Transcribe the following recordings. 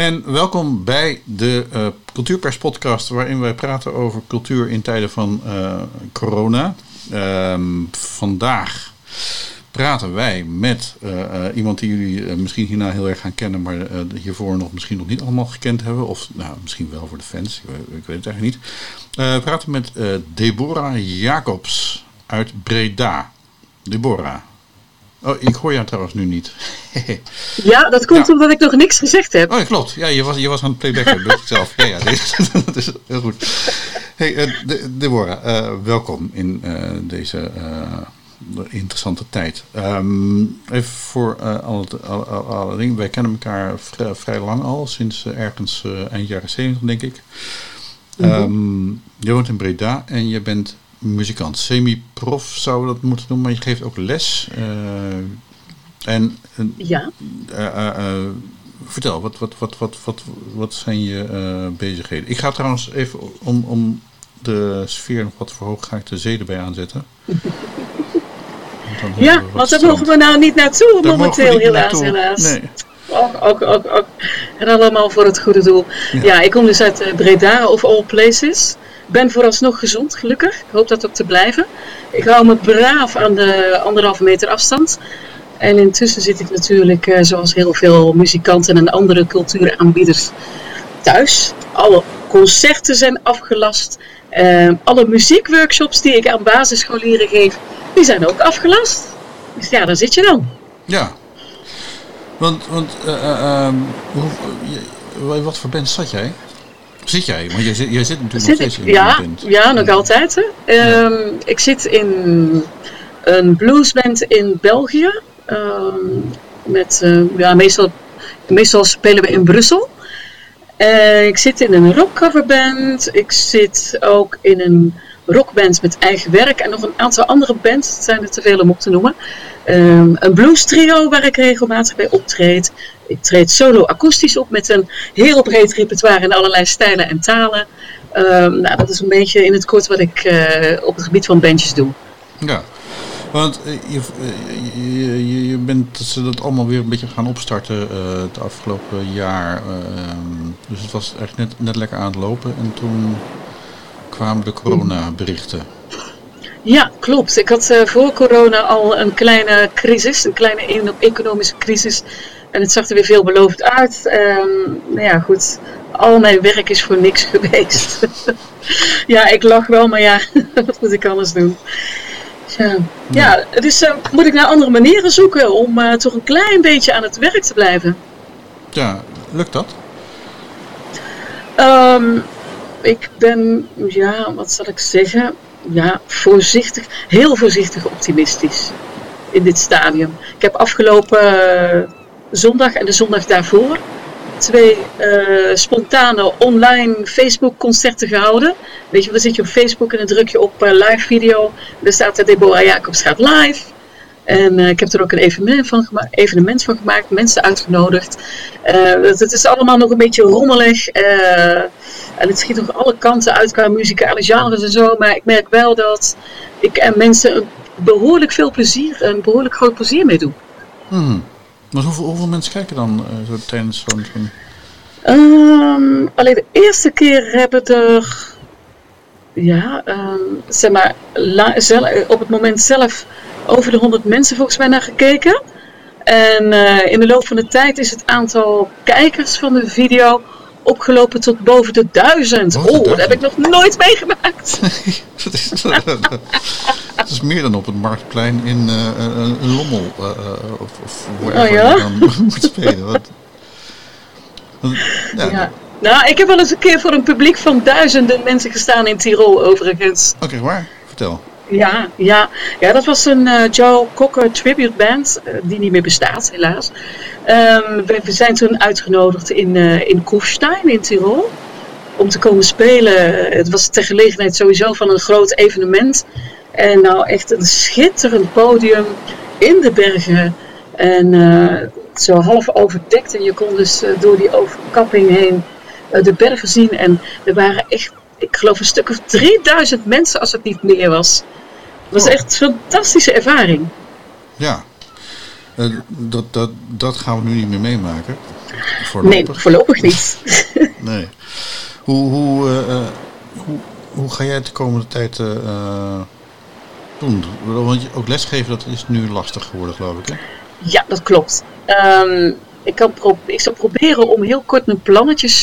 En welkom bij de Cultuurpers podcast, waarin wij praten over cultuur in tijden van corona. Vandaag praten wij met iemand die jullie misschien hierna heel erg gaan kennen, maar hiervoor misschien nog niet allemaal gekend hebben. Of misschien wel voor de fans, ik weet het eigenlijk niet. We praten met Deborah Jacobs uit Breda. Deborah. Oh, ik hoor jou trouwens nu niet. Ja, dat komt omdat ik nog niks gezegd heb. Oh, klopt. Ja, je was aan het playbacken. Dat zelf. Ja, dat is heel goed. Hey, Deborah, welkom in deze interessante tijd. Even voor alle dingen. Wij kennen elkaar vrij lang al, sinds ergens eind jaren 70, denk ik. Je woont in Breda en je bent muzikant. Semi-prof zou we dat moeten doen, maar je geeft ook les. Vertel, wat zijn je bezigheden? Ik ga trouwens even om de sfeer nog wat te verhogen, ga ik de zee erbij aanzetten. Want daar mogen we nou niet naartoe momenteel, helaas. Nee. Ook. En allemaal voor het goede doel. Ja, ik kom dus uit Breda, of all places. Ben vooralsnog gezond, gelukkig. Ik hoop dat ook te blijven. Ik hou me braaf aan de 1,5 meter afstand. En intussen zit ik natuurlijk, zoals heel veel muzikanten en andere cultuuraanbieders, thuis. Alle concerten zijn afgelast. Alle muziekworkshops die ik aan basisscholieren geef, die zijn ook afgelast. Dus ja, daar zit je dan. Ja. Want wat voor band zat jij? Zit jij? Want jij zit natuurlijk nog steeds in een band. Ja, nog altijd. Ik zit in een bluesband in België. Meestal spelen we in Brussel. Ik zit in een rockcoverband. Ik zit ook in een rockband met eigen werk. En nog een aantal andere bands. Het zijn er te veel om op te noemen. Een blues trio waar ik regelmatig bij optreed. Ik treed solo akoestisch op met een heel breed repertoire in allerlei stijlen en talen. Dat is een beetje in het kort wat ik op het gebied van bandjes doe. Ja, want je bent dat allemaal weer een beetje gaan opstarten het afgelopen jaar. Dus het was echt net lekker aan het lopen en toen kwamen de coronaberichten. Ja, klopt. Ik had voor corona al een kleine crisis, een kleine economische crisis. En het zag er weer veelbelovend uit. Goed. Al mijn werk is voor niks geweest. Ja, ik lach wel, maar ja, wat moet ik anders doen? Dus moet ik naar andere manieren zoeken om toch een klein beetje aan het werk te blijven. Ja, lukt dat? Ik ben, wat zal ik zeggen? Ja, heel voorzichtig optimistisch in dit stadium. Ik heb afgelopen zondag en de zondag daarvoor 2 spontane online Facebook concerten gehouden. Weet je, dan zit je op Facebook en dan druk je op live video. En dan staat er Deborah Jacobs gaat live. En ik heb er ook een evenement van gemaakt, mensen uitgenodigd. Het is allemaal nog een beetje rommelig. En het schiet nog alle kanten uit qua muzikale genres en zo. Maar ik merk wel dat ik en mensen behoorlijk veel plezier, een behoorlijk groot plezier mee doe. Maar hoeveel mensen kijken dan tijdens zo'n... Alleen de eerste keer hebben er... op het moment zelf over de 100 mensen volgens mij naar gekeken. En in de loop van de tijd is het aantal kijkers van de video opgelopen tot boven de 1000. Dat heb ik nog nooit meegemaakt. Dat is meer dan op het Marktplein in Lommel. Of waar je dan moet spelen. Nou, ik heb wel eens een keer voor een publiek van 1000 mensen gestaan in Tirol overigens. Oké, waar? Vertel. Ja, dat was een Joe Cocker tribute band, die niet meer bestaat helaas. We zijn toen uitgenodigd in Kufstein in Tirol om te komen spelen. Het was ter gelegenheid sowieso van een groot evenement. En nou echt een schitterend podium in de bergen. En zo half overdekt en je kon dus door die overkapping heen de bergen zien. En er waren echt, ik geloof een stuk of 3000 mensen als het niet meer was. Het was echt een fantastische ervaring. Ja, dat gaan we nu niet meer meemaken. Voorlopig? Nee, voorlopig niet. Nee. Hoe ga jij het de komende tijd doen? Want ook lesgeven, dat is nu lastig geworden, geloof ik, hè? Ja, dat klopt. Ik zal proberen om heel kort mijn plannetjes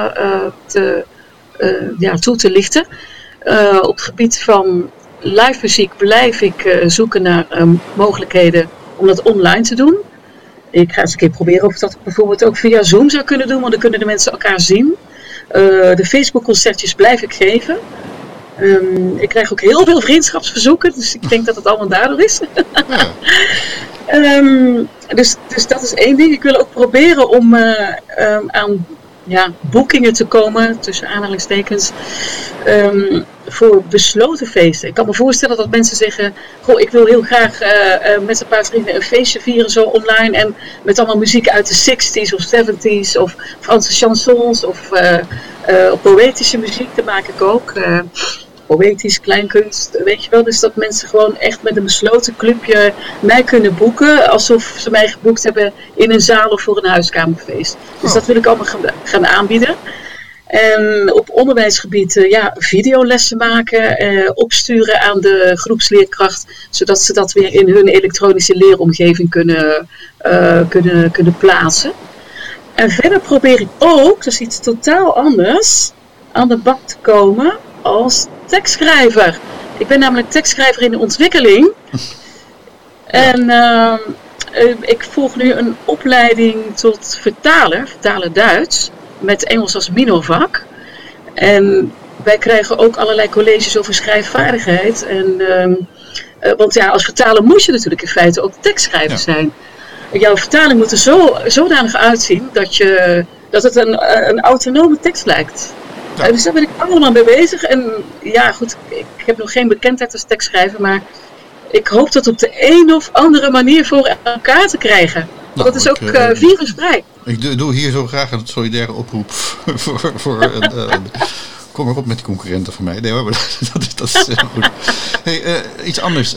toe te lichten. Op het gebied van live muziek blijf ik zoeken naar mogelijkheden om dat online te doen. Ik ga eens een keer proberen of dat ik bijvoorbeeld ook via Zoom zou kunnen doen, want dan kunnen de mensen elkaar zien. De Facebook concertjes blijf ik geven. Ik krijg ook heel veel vriendschapsverzoeken, dus ik denk dat het allemaal daardoor is. Ja. Dus dat is één ding. Ik wil ook proberen om aan boekingen te komen, tussen aanhalingstekens, voor besloten feesten. Ik kan me voorstellen dat mensen zeggen, goh, ik wil heel graag met een paar vrienden een feestje vieren zo online en met allemaal muziek uit de 60s of 70s of Franse chansons of poëtische muziek, dat maak ik ook. Poëtisch, kleinkunst, weet je wel. Dus dat mensen gewoon echt met een besloten clubje mij kunnen boeken. Alsof ze mij geboekt hebben in een zaal of voor een huiskamerfeest. Dus dat wil ik allemaal gaan aanbieden. En op onderwijsgebied videolessen maken. Opsturen aan de groepsleerkracht. Zodat ze dat weer in hun elektronische leeromgeving kunnen plaatsen. En verder probeer ik ook, dat is iets totaal anders, aan de bak te komen als tekstschrijver. Ik ben namelijk tekstschrijver in de ontwikkeling. En ik volg nu een opleiding tot vertaler Duits, met Engels als minovak. En wij krijgen ook allerlei colleges over schrijfvaardigheid. Want als vertaler moest je natuurlijk in feite ook tekstschrijver zijn. Jouw vertaling moet er zodanig uitzien dat het een autonome tekst lijkt. Ja. Dus daar ben ik allemaal mee bezig. En ja, goed, ik heb nog geen bekendheid als tekstschrijver, maar ik hoop dat op de een of andere manier voor elkaar te krijgen. Want dat is ook virusvrij. Ik doe hier zo graag een solidaire oproep kom maar op met die concurrenten van mij. Nee, maar dat is goed. Hey, iets anders.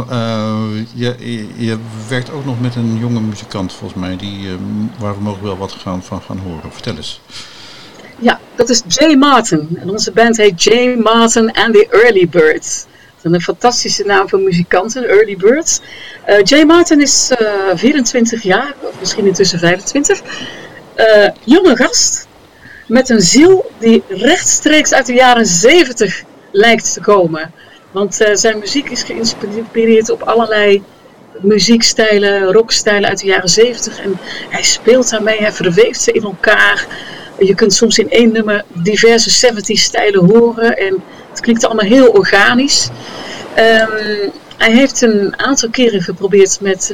Je werkt ook nog met een jonge muzikant, volgens mij, waar we mogelijk wel wat van gaan horen. Vertel eens. Ja, dat is Jay Martin. En onze band heet Jay Martin and the Early Birds. Dat is een fantastische naam voor muzikanten, Early Birds. Jay Martin is 24 jaar, of misschien intussen 25. Jonge gast. Met een ziel die rechtstreeks uit de jaren 70 lijkt te komen. Want zijn muziek is geïnspireerd op allerlei muziekstijlen, rockstijlen uit de jaren 70. En hij speelt daarmee, hij verweeft ze in elkaar. Je kunt soms in één nummer diverse 70s stijlen horen. En het klinkt allemaal heel organisch. Hij heeft een aantal keren geprobeerd met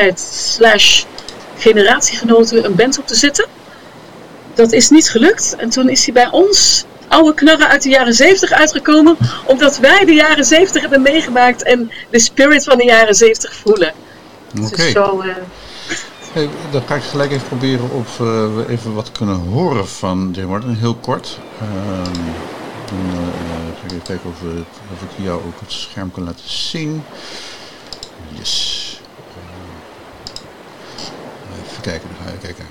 leeftijd/generatiegenoten een band op te zetten. Dat is niet gelukt. En toen is hij bij ons, oude knarren uit de jaren 70, uitgekomen. Omdat wij de jaren 70 hebben meegemaakt en de spirit van de jaren 70 voelen. Oké. Dus hey, dan ga ik gelijk even proberen of we even wat kunnen horen van Jay Martin. Heel kort. Dan ga ik even kijken of ik jou ook het scherm kan laten zien. Yes. Even kijken, dan ga je kijken.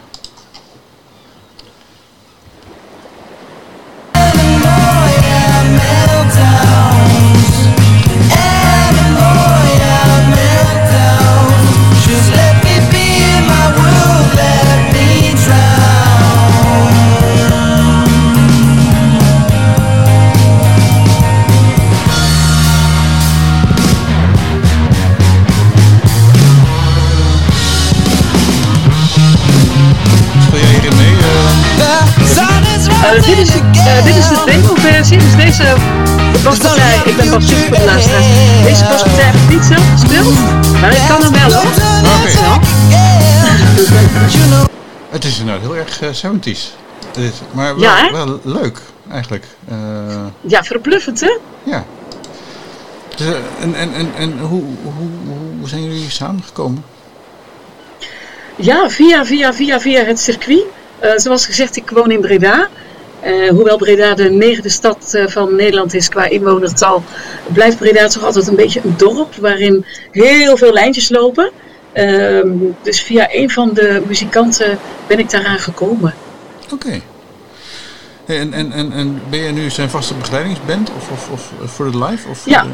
Dit is de demo-versie, dus deze baspartij, ik ben bassist voor de luisteraars. Deze baspartij heb ik niet zelf gespeeld, maar ik kan hem wel hoor. Het is inderdaad heel erg 70's. Maar wel leuk, eigenlijk. Ja, verbluffend hè? Ja. Dus, en hoe zijn jullie samengekomen? Ja, via het circuit. Zoals gezegd, ik woon in Breda. Hoewel Breda de 9e stad van Nederland is qua inwonertal, blijft Breda toch altijd een beetje een dorp waarin heel veel lijntjes lopen. Dus via een van de muzikanten ben ik daaraan gekomen. Oké. Hey, en ben jij nu zijn vaste begeleidingsband of voor de live? Of ja.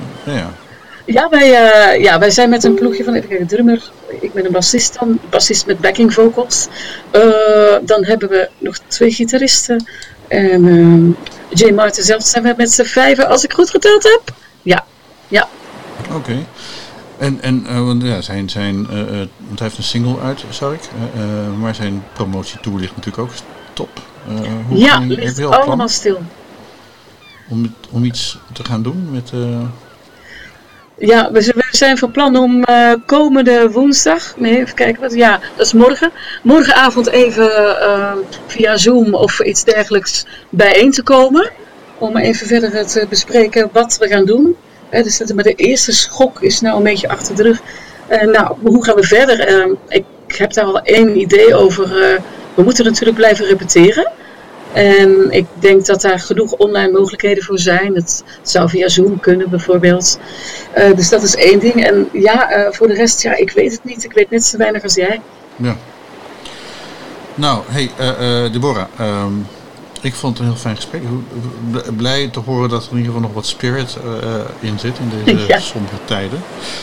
Wij zijn met een ploegje van even drummer. Ik ben een bassist met backing vocals. Dan hebben we nog 2 gitaristen. En Jay Martin zelf zijn we met z'n 5, als ik goed geteld heb. Ja. Oké. Want hij heeft een single uit, zag ik. Maar zijn promotietour ligt natuurlijk ook top. Ligt allemaal stil. Om iets te gaan doen met... Ja, we zijn van plan om komende woensdag, even kijken, dat is morgen. Morgenavond even via Zoom of iets dergelijks bijeen te komen. Om even verder te bespreken wat we gaan doen. Dus de eerste schok is nou een beetje achter de rug. Hoe gaan we verder? Ik heb daar al 1 idee over. We moeten natuurlijk blijven repeteren. En ik denk dat daar genoeg online mogelijkheden voor zijn. Het zou via Zoom kunnen bijvoorbeeld. Dus dat is 1 ding. En voor de rest, ik weet het niet. Ik weet net zo weinig als jij. Ja. Nou, hey, Deborah. Ik vond het een heel fijn gesprek. Blij te horen dat er in ieder geval nog wat spirit in zit in deze sombere tijden.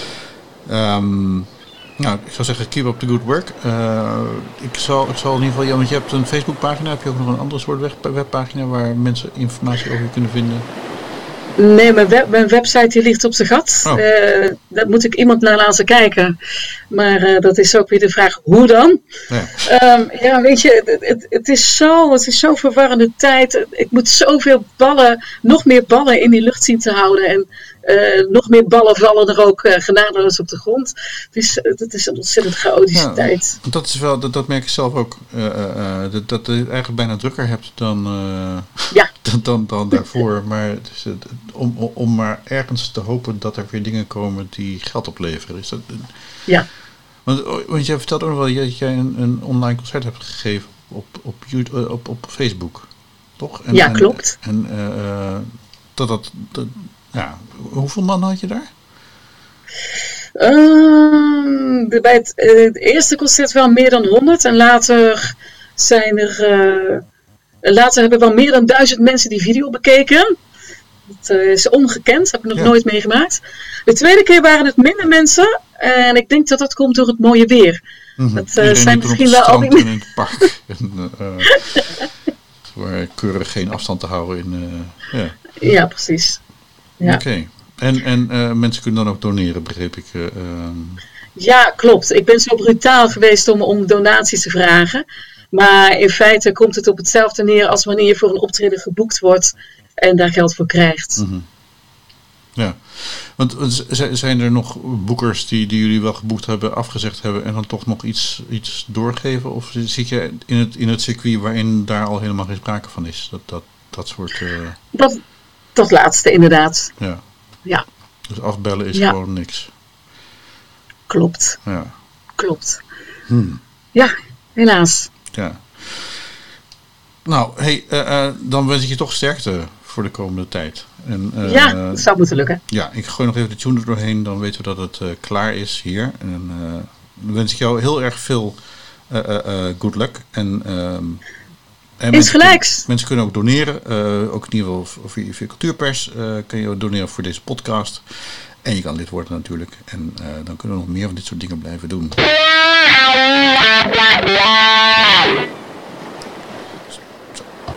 Ik zou zeggen, keep up the good work. Ik zal in ieder geval, want je hebt een Facebookpagina, heb je ook nog een andere soort webpagina waar mensen informatie over je kunnen vinden? Nee, mijn website die ligt op zijn gat. Oh. Daar moet ik iemand naar laten kijken. Maar dat is ook weer de vraag, hoe dan? Ja, weet je, het is zo verwarrende tijd. Ik moet zoveel nog meer ballen in die lucht zien te houden. En nog meer ballen vallen er ook genadeloos op de grond. Dus het is een ontzettend chaotische tijd. Dat is wel, dat merk ik zelf ook. Dat je eigenlijk bijna drukker hebt dan daarvoor. Maar dus, om maar ergens te hopen dat er weer dingen komen die geld opleveren. Is dat, ja. Want jij vertelt ook nog wel dat jij een online concert hebt gegeven op Facebook, toch? Klopt. Hoeveel man had je daar? Bij het eerste concert wel meer dan 100 en later hebben wel meer dan 1000 mensen die video bekeken. Dat is ongekend, heb ik nog nooit meegemaakt. De tweede keer waren het minder mensen en ik denk dat dat komt door het mooie weer. Mm-hmm. Dat zijn misschien wel al die... in het park. Waar keurig geen afstand te houden. Ja, precies. Ja. Oké. En mensen kunnen dan ook doneren, begreep ik. Ja, klopt. Ik ben zo brutaal geweest om donaties te vragen. Maar in feite komt het op hetzelfde neer als wanneer je voor een optreden geboekt wordt en daar geld voor krijgt. Mm-hmm. Ja, want zijn er nog boekers die jullie wel geboekt hebben, afgezegd hebben en dan toch nog iets doorgeven? Of zit je in het circuit waarin daar al helemaal geen sprake van is? Dat soort... Dat laatste inderdaad. Ja. Dus afbellen is gewoon niks. Klopt. Ja. Klopt. Ja, helaas. Ja. Nou, hey, dan wens ik je toch sterkte voor de komende tijd. En, dat zou moeten lukken. Ja, ik gooi nog even de tune er doorheen, dan weten we dat het klaar is hier. En dan wens ik jou heel erg veel good luck. En mensen kunnen ook doneren. Ook in ieder geval via Cultuurpers kun je doneren voor deze podcast. En je kan lid worden natuurlijk. En dan kunnen we nog meer van dit soort dingen blijven doen.